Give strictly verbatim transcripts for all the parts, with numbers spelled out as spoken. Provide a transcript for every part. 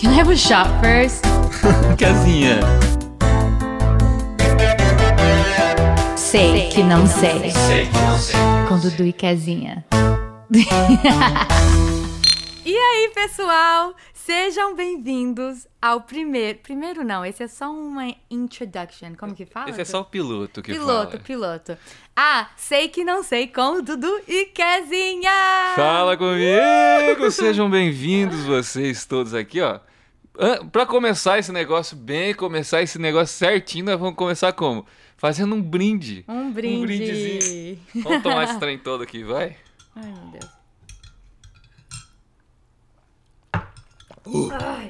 Can I have a shot first? Kezinha. Sei que não sei. Sei que não sei. Com Dudu e Kezinha. E aí, pessoal? Sejam bem-vindos ao primeiro... Primeiro não, esse é só uma introduction. Como que fala? Esse é só o piloto que Piloto, fala. piloto. Ah, sei que não sei com Dudu e Kezinha. Fala comigo! Sejam bem-vindos vocês todos aqui, ó. Pra começar esse negócio bem, começar esse negócio certinho, nós vamos começar como? Fazendo um brinde. Um brinde. Um brindezinho. Vamos tomar esse trem todo aqui, vai? Ai, meu Deus. Uh. Ai.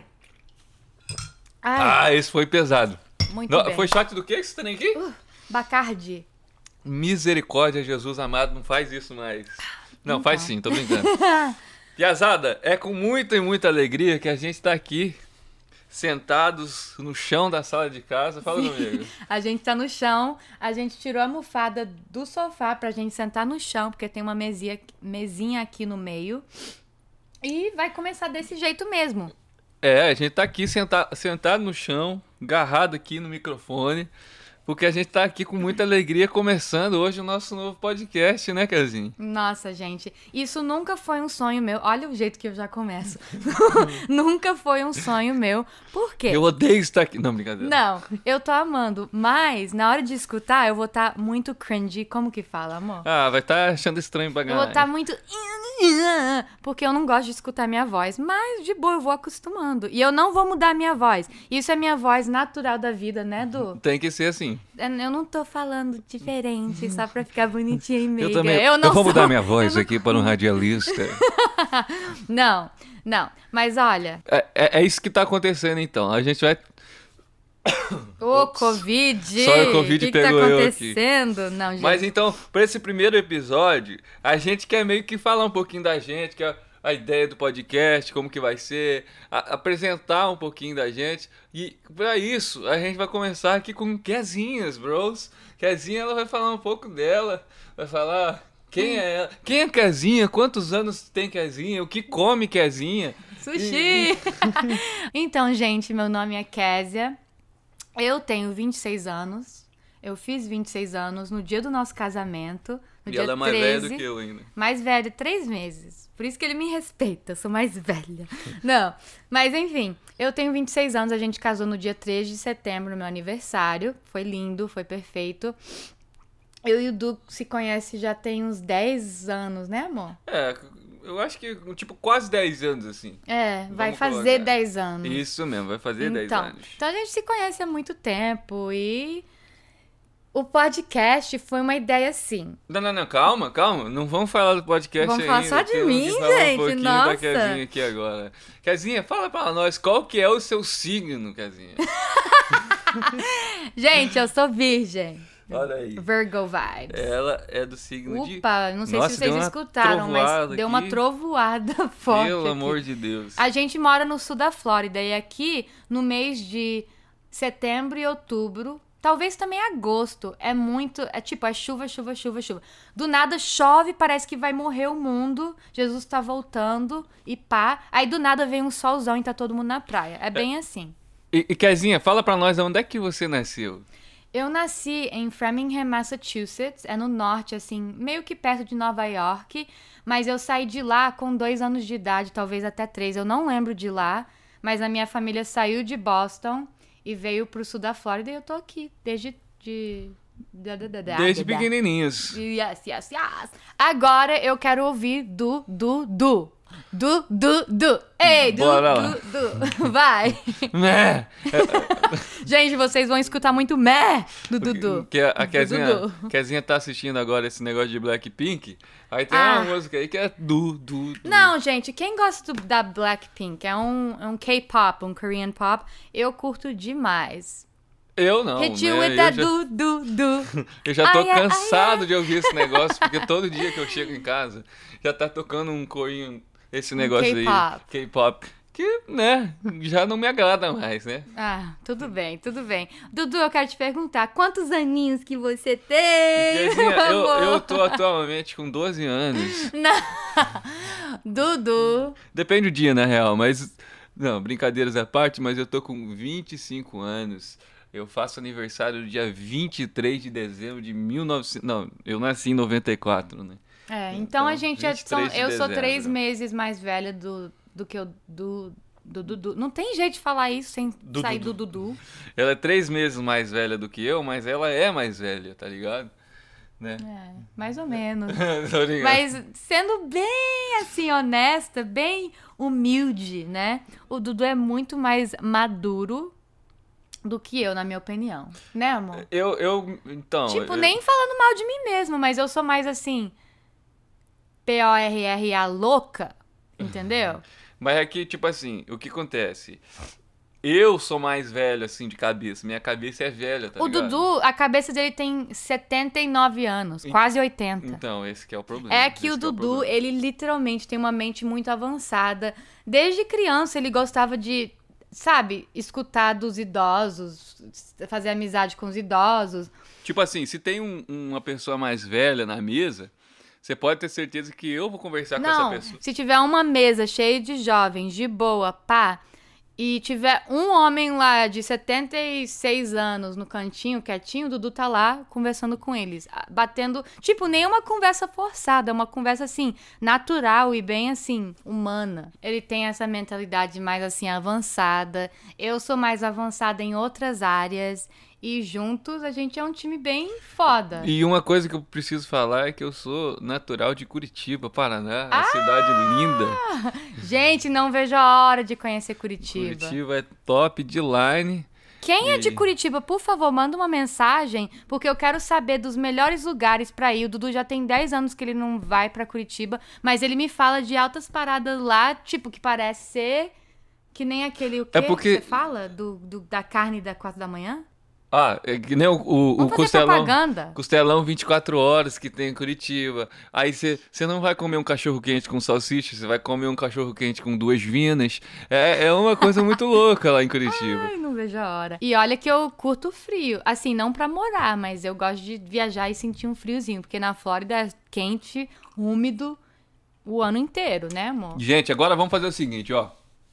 Ai, Ah, esse foi pesado. muito Não, bem. foi shot do que esse trem aqui? Uh, Bacardi. Misericórdia, Jesus amado, não faz isso mais. Não, Então. faz sim, tô brincando. Piazada, é com muita e muita alegria que a gente tá aqui, sentados no chão da sala de casa. Fala comigo. A gente tá no chão, a gente tirou a almofada do sofá pra gente sentar no chão, porque tem uma mesinha, mesinha aqui no meio. E vai começar desse jeito mesmo. É, a gente tá aqui senta, sentado no chão, agarrado aqui no microfone, porque a gente tá aqui com muita alegria começando hoje o nosso novo podcast, né, Kezinha? Nossa, gente, isso nunca foi um sonho meu. Olha o jeito que eu já começo. Nunca foi um sonho meu. Por quê? Eu odeio estar aqui. Não, brincadeira. Não, eu tô amando, mas na hora de escutar eu vou estar tá muito cringy. Como que fala, amor? Ah, vai estar tá achando estranho pra Eu vou caralho. estar tá muito... Porque eu não gosto de escutar minha voz. Mas, de boa, eu vou acostumando. E eu não vou mudar a minha voz. Isso é minha voz natural da vida, né, Du? Tem que ser assim. Eu não tô falando diferente só pra ficar bonitinha e meiga. Eu também. Eu, não eu vou sou... mudar minha voz eu não... aqui para um radialista. Não, não. Mas olha... É, é, é isso que tá acontecendo, então. A gente vai... Ô, Ops. Covid! Só o Covid que pegou que tá eu aqui. acontecendo? Não, gente. Mas então, para esse primeiro episódio, a gente quer meio que falar um pouquinho da gente, que é a ideia do podcast, como que vai ser, a, apresentar um pouquinho da gente. E para isso, a gente vai começar aqui com Kezinhas, bros. Kezinha, ela vai falar um pouco dela, vai falar quem é ela, quem é Kezinha, quantos anos tem Kezinha, o que come Kezinha. Sushi! Então, gente, meu nome é Kézia. Eu tenho vinte e seis anos. Eu fiz vinte e seis anos no dia do nosso casamento. No E dia ela é mais treze, velha do que eu ainda. Mais velha, três meses. Por isso que ele me respeita, eu sou mais velha. Não, mas enfim, eu tenho vinte e seis anos, a gente casou no dia três de setembro, no meu aniversário. Foi lindo, foi perfeito. Eu e o Du se conhecem já tem uns dez anos, né, amor? É, eu acho que, tipo, quase dez anos, assim. É, vai Vamos fazer colocar. dez anos. Isso mesmo, vai fazer dez Então, anos. então a gente se conhece há muito tempo e o podcast foi uma ideia assim. Não, não, não, calma, calma. Não vamos falar do podcast Vamos ainda. falar só de temos mim, que falar gente, um pouquinho nossa. da Kezinha aqui agora. Kezinha, fala pra nós, qual que é o seu signo, Kezinha? Gente, eu sou virgem. Olha aí. Virgo vibes. Ela é do signo de... Opa, não sei Nossa, se vocês deu uma escutaram, mas trovoada deu uma aqui. trovoada forte Pelo aqui. amor de Deus. A gente mora no sul da Flórida e aqui no mês de setembro e outubro, talvez também agosto, é muito, é tipo, é chuva, chuva, chuva, chuva. Do nada chove, parece que vai morrer o mundo, Jesus tá voltando e pá. Aí do nada vem um solzão e tá todo mundo na praia. É bem assim. E, e Kezinha, fala pra nós onde é que você nasceu. Eu nasci em Framingham, Massachusetts, é no norte, assim, meio que perto de Nova York, mas eu saí de lá com dois anos de idade, talvez até três, eu não lembro de lá, mas a minha família saiu de Boston e veio pro sul da Flórida e eu tô aqui desde... De... Desde pequenininhos. Yes, yes, yes. Agora eu quero ouvir do, do, do. Du, du, du. Ei, du, Bora lá. du, du. Vai. Né? Gente, vocês vão escutar muito meh do Dudu. Que a, a Kezinha, Dudu. Kezinha tá assistindo agora esse negócio de Blackpink. Aí tem Ah. uma música aí que é du, du, du. Não, gente, quem gosta do, da Blackpink é um, é um K-pop, um Korean pop. Eu curto demais. Eu não, Hit you né? with Eu that já, du, du, du. eu já tô Ai, ai, cansado ai. de ouvir esse negócio, porque todo dia que eu chego em casa já tá tocando um corinho, esse negócio aí, K-pop. K-pop, que, né, já não me agrada mais, né? Ah, tudo bem, tudo bem. Dudu, eu quero te perguntar, quantos aninhos que você tem? Kezinha, meu eu, amor? eu tô atualmente com doze anos. Não. Dudu. Depende do dia, na real, mas Não, brincadeiras à parte, mas eu tô com vinte e cinco anos. Eu faço aniversário no dia vinte e três de dezembro de mil e novecentos... Não, eu nasci em noventa e quatro, né? É, então, Então, a gente é... vinte e São, três de eu sou três dezembro. meses mais velha do, do que o do, do Dudu. Não tem jeito de falar isso sem Do sair Dudu. do Dudu. Ela é três meses mais velha do que eu, mas ela é mais velha, tá ligado? Né? É, mais ou menos. Tô ligado. Mas sendo bem, assim, honesta, bem humilde, né? O Dudu é muito mais maduro do que eu, na minha opinião. Né, amor? Eu, eu, então... Tipo, eu- nem falando mal de mim mesmo, mas eu sou mais assim... P O R R A louca, entendeu? Mas é que, tipo assim, o que acontece? Eu sou mais velho, assim, de cabeça. Minha cabeça é velha, tá O ligado? Dudu, a cabeça dele tem setenta e nove anos, quase oitenta. Então, esse que é o problema. É que esse o que é Dudu, problema. ele literalmente tem uma mente muito avançada. Desde criança, ele gostava de, sabe, escutar dos idosos, fazer amizade com os idosos. Tipo assim, se tem um- uma pessoa mais velha na mesa, você pode ter certeza que eu vou conversar com Não, essa pessoa. se tiver uma mesa cheia de jovens, de boa, pá, e tiver um homem lá de setenta e seis anos no cantinho, quietinho, o Dudu tá lá conversando com eles, ah, batendo, tipo, nenhuma conversa forçada, é uma conversa, assim, natural e bem, assim, humana. Ele tem essa mentalidade mais, assim, avançada, eu sou mais avançada em outras áreas, e juntos a gente é um time bem foda. E uma coisa que eu preciso falar é que eu sou natural de Curitiba, Paraná, uma cidade linda. Gente, não vejo a hora de conhecer Curitiba. Curitiba é top de line. Quem é de E- Curitiba, por favor, manda uma mensagem, porque eu quero saber dos melhores lugares pra ir. O Dudu já tem dez anos que ele não vai pra Curitiba, mas ele me fala de altas paradas lá, tipo, que parece ser que nem aquele, o quê É porque- que você fala? Do, do- da carne da quatro da manhã? Ah, é que nem o, o, o Vamos fazer costelão. propaganda? Costelão vinte e quatro horas que tem em Curitiba. Aí você não vai comer um cachorro quente com salsicha, você vai comer um cachorro quente com duas vinas. É, é uma coisa muito louca lá em Curitiba. Ai, não vejo a hora. E olha que eu curto frio. Assim, não pra morar, mas eu gosto de viajar e sentir um friozinho, porque na Flórida é quente, úmido o ano inteiro, né, amor? Gente, agora vamos fazer o seguinte, ó.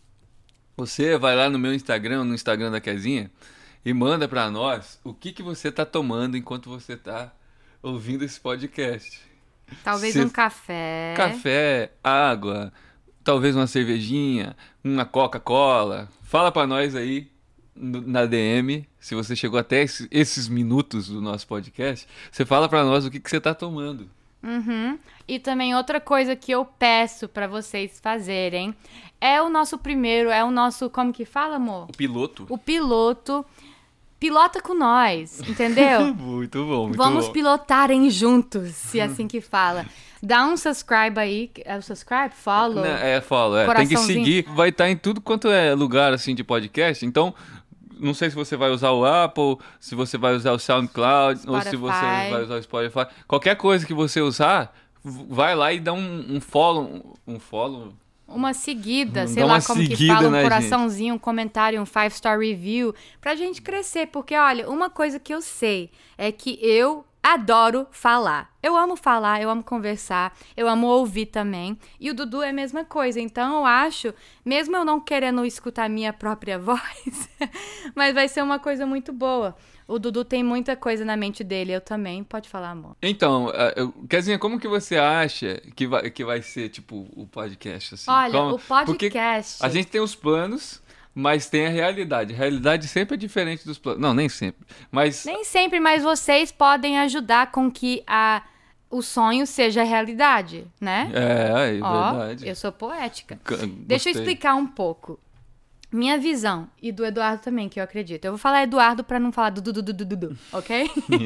Você vai lá no meu Instagram, no Instagram da Kezinha, e manda pra nós o que, que você tá tomando enquanto você tá ouvindo esse podcast. Talvez Se- um café. Café, água, talvez uma cervejinha, uma Coca-Cola. Fala pra nós aí no- na D M, se você chegou até esse- esses minutos do nosso podcast, você fala pra nós o que, que você tá tomando. Uhum. E também outra coisa que eu peço pra vocês fazerem é o nosso primeiro, é o nosso, como que fala, amor? O piloto. O piloto. Pilota com nós, entendeu? Muito bom, muito Vamos bom. pilotarem juntos, se é assim que fala. Dá um subscribe aí, é o subscribe, follow. Né, É, follow, é. Tem que Coraçãozinho. seguir. Vai estar em tudo quanto é lugar, assim, de podcast. Então, não sei se você vai usar o Apple, se você vai usar o SoundCloud, ou se você Spotify. vai usar o Spotify. Qualquer coisa que você usar, v- vai lá e dá um, um follow. Um follow. Uma seguida, Hum, sei dá lá uma como que seguida fala, um na coraçãozinho, um comentário, um five star review, pra gente crescer. Porque, olha, uma coisa que eu sei é que eu adoro falar. Eu amo falar, eu amo conversar, eu amo ouvir também. E o Dudu é a mesma coisa. Então, eu acho, mesmo eu não querendo escutar minha própria voz, mas vai ser uma coisa muito boa. O Dudu tem muita coisa na mente dele, eu também. Pode falar, amor. Então, eh, eu- Kezinha, como que você acha que vai, que vai ser, tipo, o podcast, assim? Olha, Como- o porque podcast... a gente tem os planos, mas tem a realidade. A realidade sempre é diferente dos planos. Não, nem sempre. Mas Nem sempre, mas vocês podem ajudar com que a, o sonho seja realidade, né? é, é Ó, verdade. eu sou poética. C- Deixa eu gostei. explicar um pouco. Minha visão, e do Eduardo também, que eu acredito. Eu vou falar Eduardo pra não falar do Dudu, Dudu, Dudu, ok?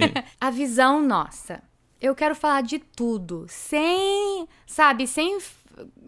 A visão nossa. Eu quero falar de tudo, sem, sabe, sem f-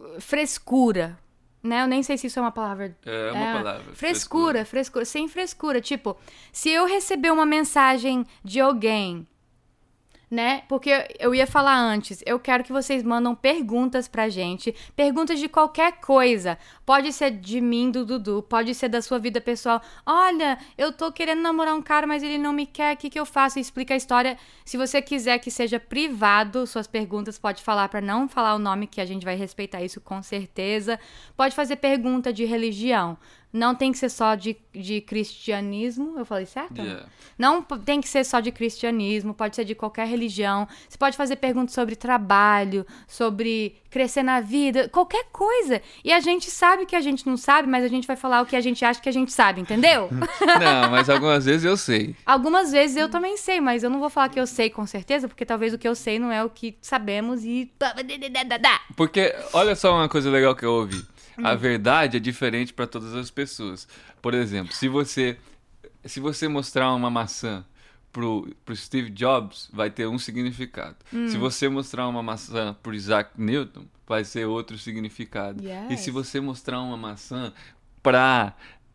frescura, né? Eu nem sei se isso é uma palavra. É uma palavra. Frescura, frescura, sem frescura. Tipo, se eu receber uma mensagem de alguém né? Porque eu ia falar antes, eu quero que vocês mandam perguntas pra gente, perguntas de qualquer coisa. Pode ser de mim, do Dudu, pode ser da sua vida pessoal. Olha, eu tô querendo namorar um cara, mas ele não me quer, o que que eu faço? Explica a história. Se você quiser que seja privado, suas perguntas, pode falar pra não falar o nome, que a gente vai respeitar isso com certeza. Pode fazer pergunta de religião. Não tem que ser só de, de cristianismo, eu falei certo? Yeah. Não p- tem que ser só de cristianismo, pode ser de qualquer religião. Você pode fazer perguntas sobre trabalho, sobre crescer na vida, qualquer coisa. E a gente sabe que a gente não sabe, mas a gente vai falar o que a gente acha que a gente sabe, entendeu? Não, mas algumas vezes eu sei. Algumas vezes eu também sei, mas eu não vou falar que eu sei com certeza, porque talvez o que eu sei não é o que sabemos e... Porque, olha só uma coisa legal que eu ouvi. A verdade é diferente para todas as pessoas. Por exemplo, se você, se você mostrar uma maçã pro, pro Steve Jobs, vai ter um significado. Hum. Se você mostrar uma maçã pro Isaac Newton, vai ser outro significado. Yes. E se você mostrar uma maçã pra...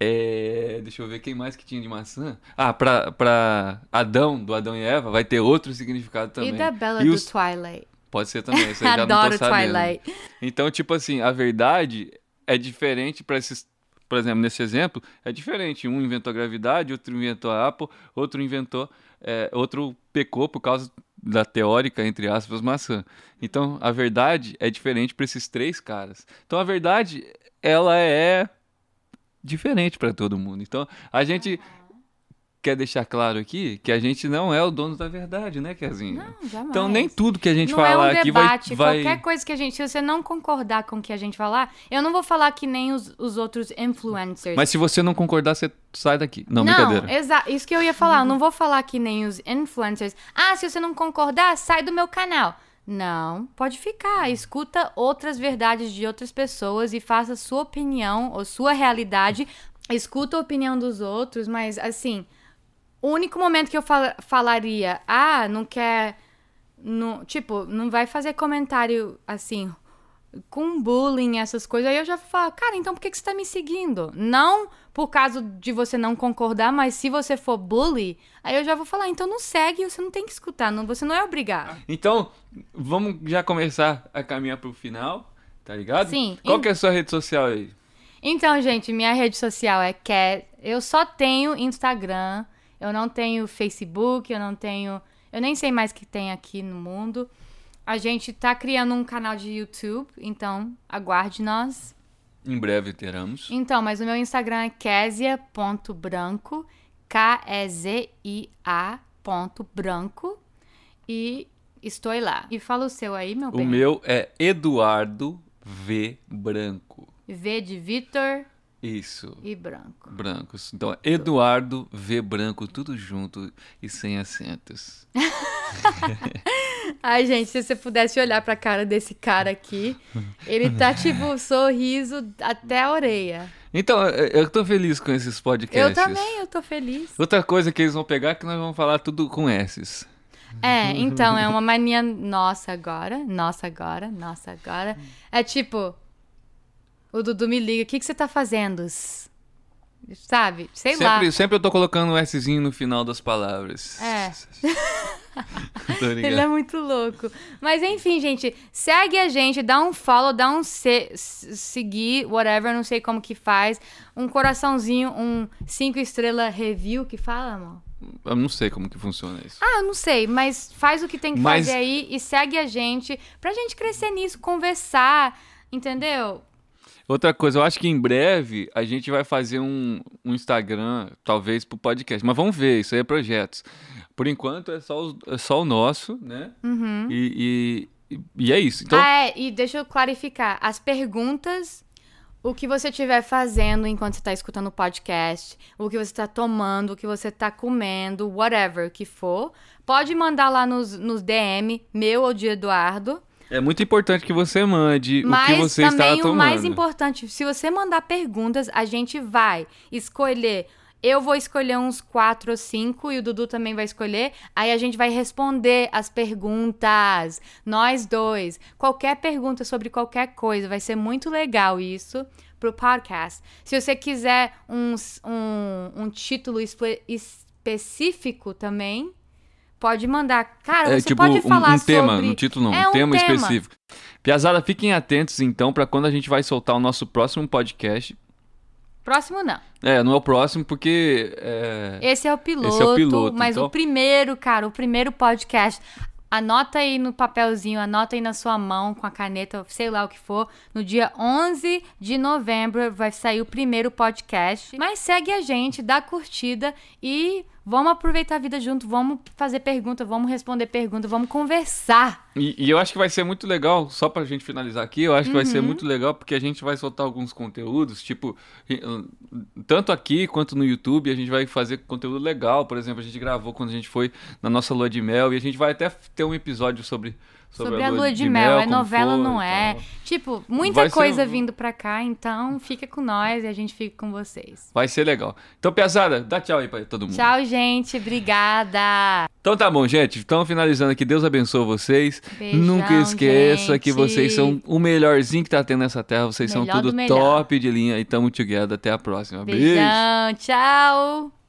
É, deixa eu ver quem mais que tinha de maçã. Ah, pra, pra Adão, do Adão e Eva, vai ter outro significado também. E da Bela E do os- Twilight. Pode ser também, isso eu já não tô Adoro sabendo. Twilight. Então, tipo assim, a verdade é diferente para esses... Por exemplo, nesse exemplo, é diferente. Um inventou a gravidade, outro inventou a Apple, outro inventou... é, outro pecou por causa da teórica, entre aspas, maçã. Então, a verdade é diferente para esses três caras. Então, a verdade, ela é diferente para todo mundo. Então, a gente... Quer deixar claro aqui que a gente não é o dono da verdade, né, Kezinha? Não, jamais. Então nem tudo que a gente Não falar é um aqui vai, debate, vai... qualquer coisa que a gente... Se você não concordar com o que a gente falar, eu não vou falar que nem os, os outros influencers. Mas se você não concordar, você sai daqui. Não, não, brincadeira. exato. Isso que eu ia falar. Eu não vou falar que nem os influencers. Ah, se você não concordar, sai do meu canal. Não, pode ficar. Escuta outras verdades de outras pessoas e faça sua opinião ou sua realidade. Escuta a opinião dos outros, mas assim... O único momento que eu fal- falaria, ah, não quer, não, tipo, não vai fazer comentário, assim, com bullying, essas coisas, aí eu já falo, cara, então por que, que você tá me seguindo? Não por causa de você não concordar, mas se você for bully, aí eu já vou falar, então não segue, você não tem que escutar, não, você não é obrigado. Então, vamos já começar a caminhar pro final, tá ligado? Sim. Qual Em- que é a sua rede social aí? Então, gente, minha rede social é Cat, eu só tenho Instagram, eu não tenho Facebook, eu não tenho... Eu nem sei mais o que tem aqui no mundo. A gente tá criando um canal de YouTube, então aguarde nós. Em breve teremos. Então, mas o meu Instagram é kezia ponto branco, K E Z I A ponto branco. E estou lá. E fala o seu aí, meu O bem. meu é Eduardo V Branco. V de Vitor Isso. e branco. Brancos. Então, Eduardo V Branco, tudo junto e sem acentos. Ai, gente, se você pudesse olhar pra cara desse cara aqui, ele tá tipo sorriso até a orelha. Então, eu eu tô feliz com esses podcasts. Eu também, eu tô feliz. Outra coisa que eles vão pegar é que nós vamos falar tudo com S's. É, então, é uma mania nossa agora, nossa agora, nossa agora. É tipo, o Dudu me liga, o que, que você tá fazendo? Sabe? Sei lá. Sempre, sempre eu tô colocando um Szinho no final das palavras. É. Tô Ele é ligado. muito louco. Mas enfim, gente, segue a gente, dá um follow, dá um se- s- seguir, whatever, não sei como que faz. Um coraçãozinho, um cinco estrela review que fala, amor? Eu não sei como que funciona isso. Ah, eu não sei, mas faz o que tem que Mas- fazer aí e segue a gente pra gente crescer nisso, conversar, entendeu? Outra coisa, eu acho que em breve a gente vai fazer um, um Instagram, talvez pro podcast. Mas vamos ver, isso aí é projetos. Por enquanto é só, o- é só o nosso, né? Uhum. E, e, e é isso. Então, Ah, é, e deixa eu clarificar. As perguntas, o que você estiver fazendo enquanto você está escutando o podcast, o que você está tomando, o que você está comendo, whatever que for, pode mandar lá nos, nos D M, meu ou de Eduardo. é muito importante que você mande o que Mas você está também tomando. o mais importante, se você mandar perguntas, a gente vai escolher. Eu vou escolher uns quatro ou cinco e o Dudu também vai escolher. Aí a gente vai responder as perguntas. Nós dois. Qualquer pergunta sobre qualquer coisa. Vai ser muito legal isso pro podcast. Se você quiser uns- um, um título espe- específico também, Pode mandar. Cara, É você tipo pode um, falar um tema, sobre... no título não, É um um tema, tema. específico. Piazada, fiquem atentos então pra quando a gente vai soltar o nosso próximo podcast. Próximo não. É, não é o próximo porque... É... Esse é o piloto, Esse é o piloto, mas então- o primeiro, cara, o primeiro podcast... Anota aí no papelzinho, anota aí na sua mão com a caneta, sei lá o que for. No dia onze de novembro vai sair o primeiro podcast. Mas segue a gente, dá curtida e vamos aproveitar a vida junto. Vamos fazer pergunta, vamos responder pergunta, vamos conversar. E, e eu acho que vai ser muito legal, só pra gente finalizar aqui, eu acho que vai Uhum. ser muito legal porque a gente vai soltar alguns conteúdos, tipo, eh, tanto aqui quanto no YouTube, a gente vai fazer conteúdo legal. Por exemplo, a gente gravou quando a gente foi na nossa lua de mel e a gente vai até ter um episódio sobre, sobre, Sobre a lua de mel, é como novela, foi não e é? tal. Tipo, muita Vai ser coisa um- vindo pra cá, então fica com nós e a gente fica com vocês. Vai ser legal. Então, Piazada, dá tchau aí pra todo mundo. Tchau, gente. Obrigada. Então tá bom, gente. Estamos finalizando aqui. Deus abençoe vocês. Beijão, Nunca esqueça que gente. vocês são o melhorzinho que tá tendo nessa terra. Vocês são Melhor tudo do melhor. top de linha. E tamo together. Até a próxima. Beijo. Beijão. Tchau.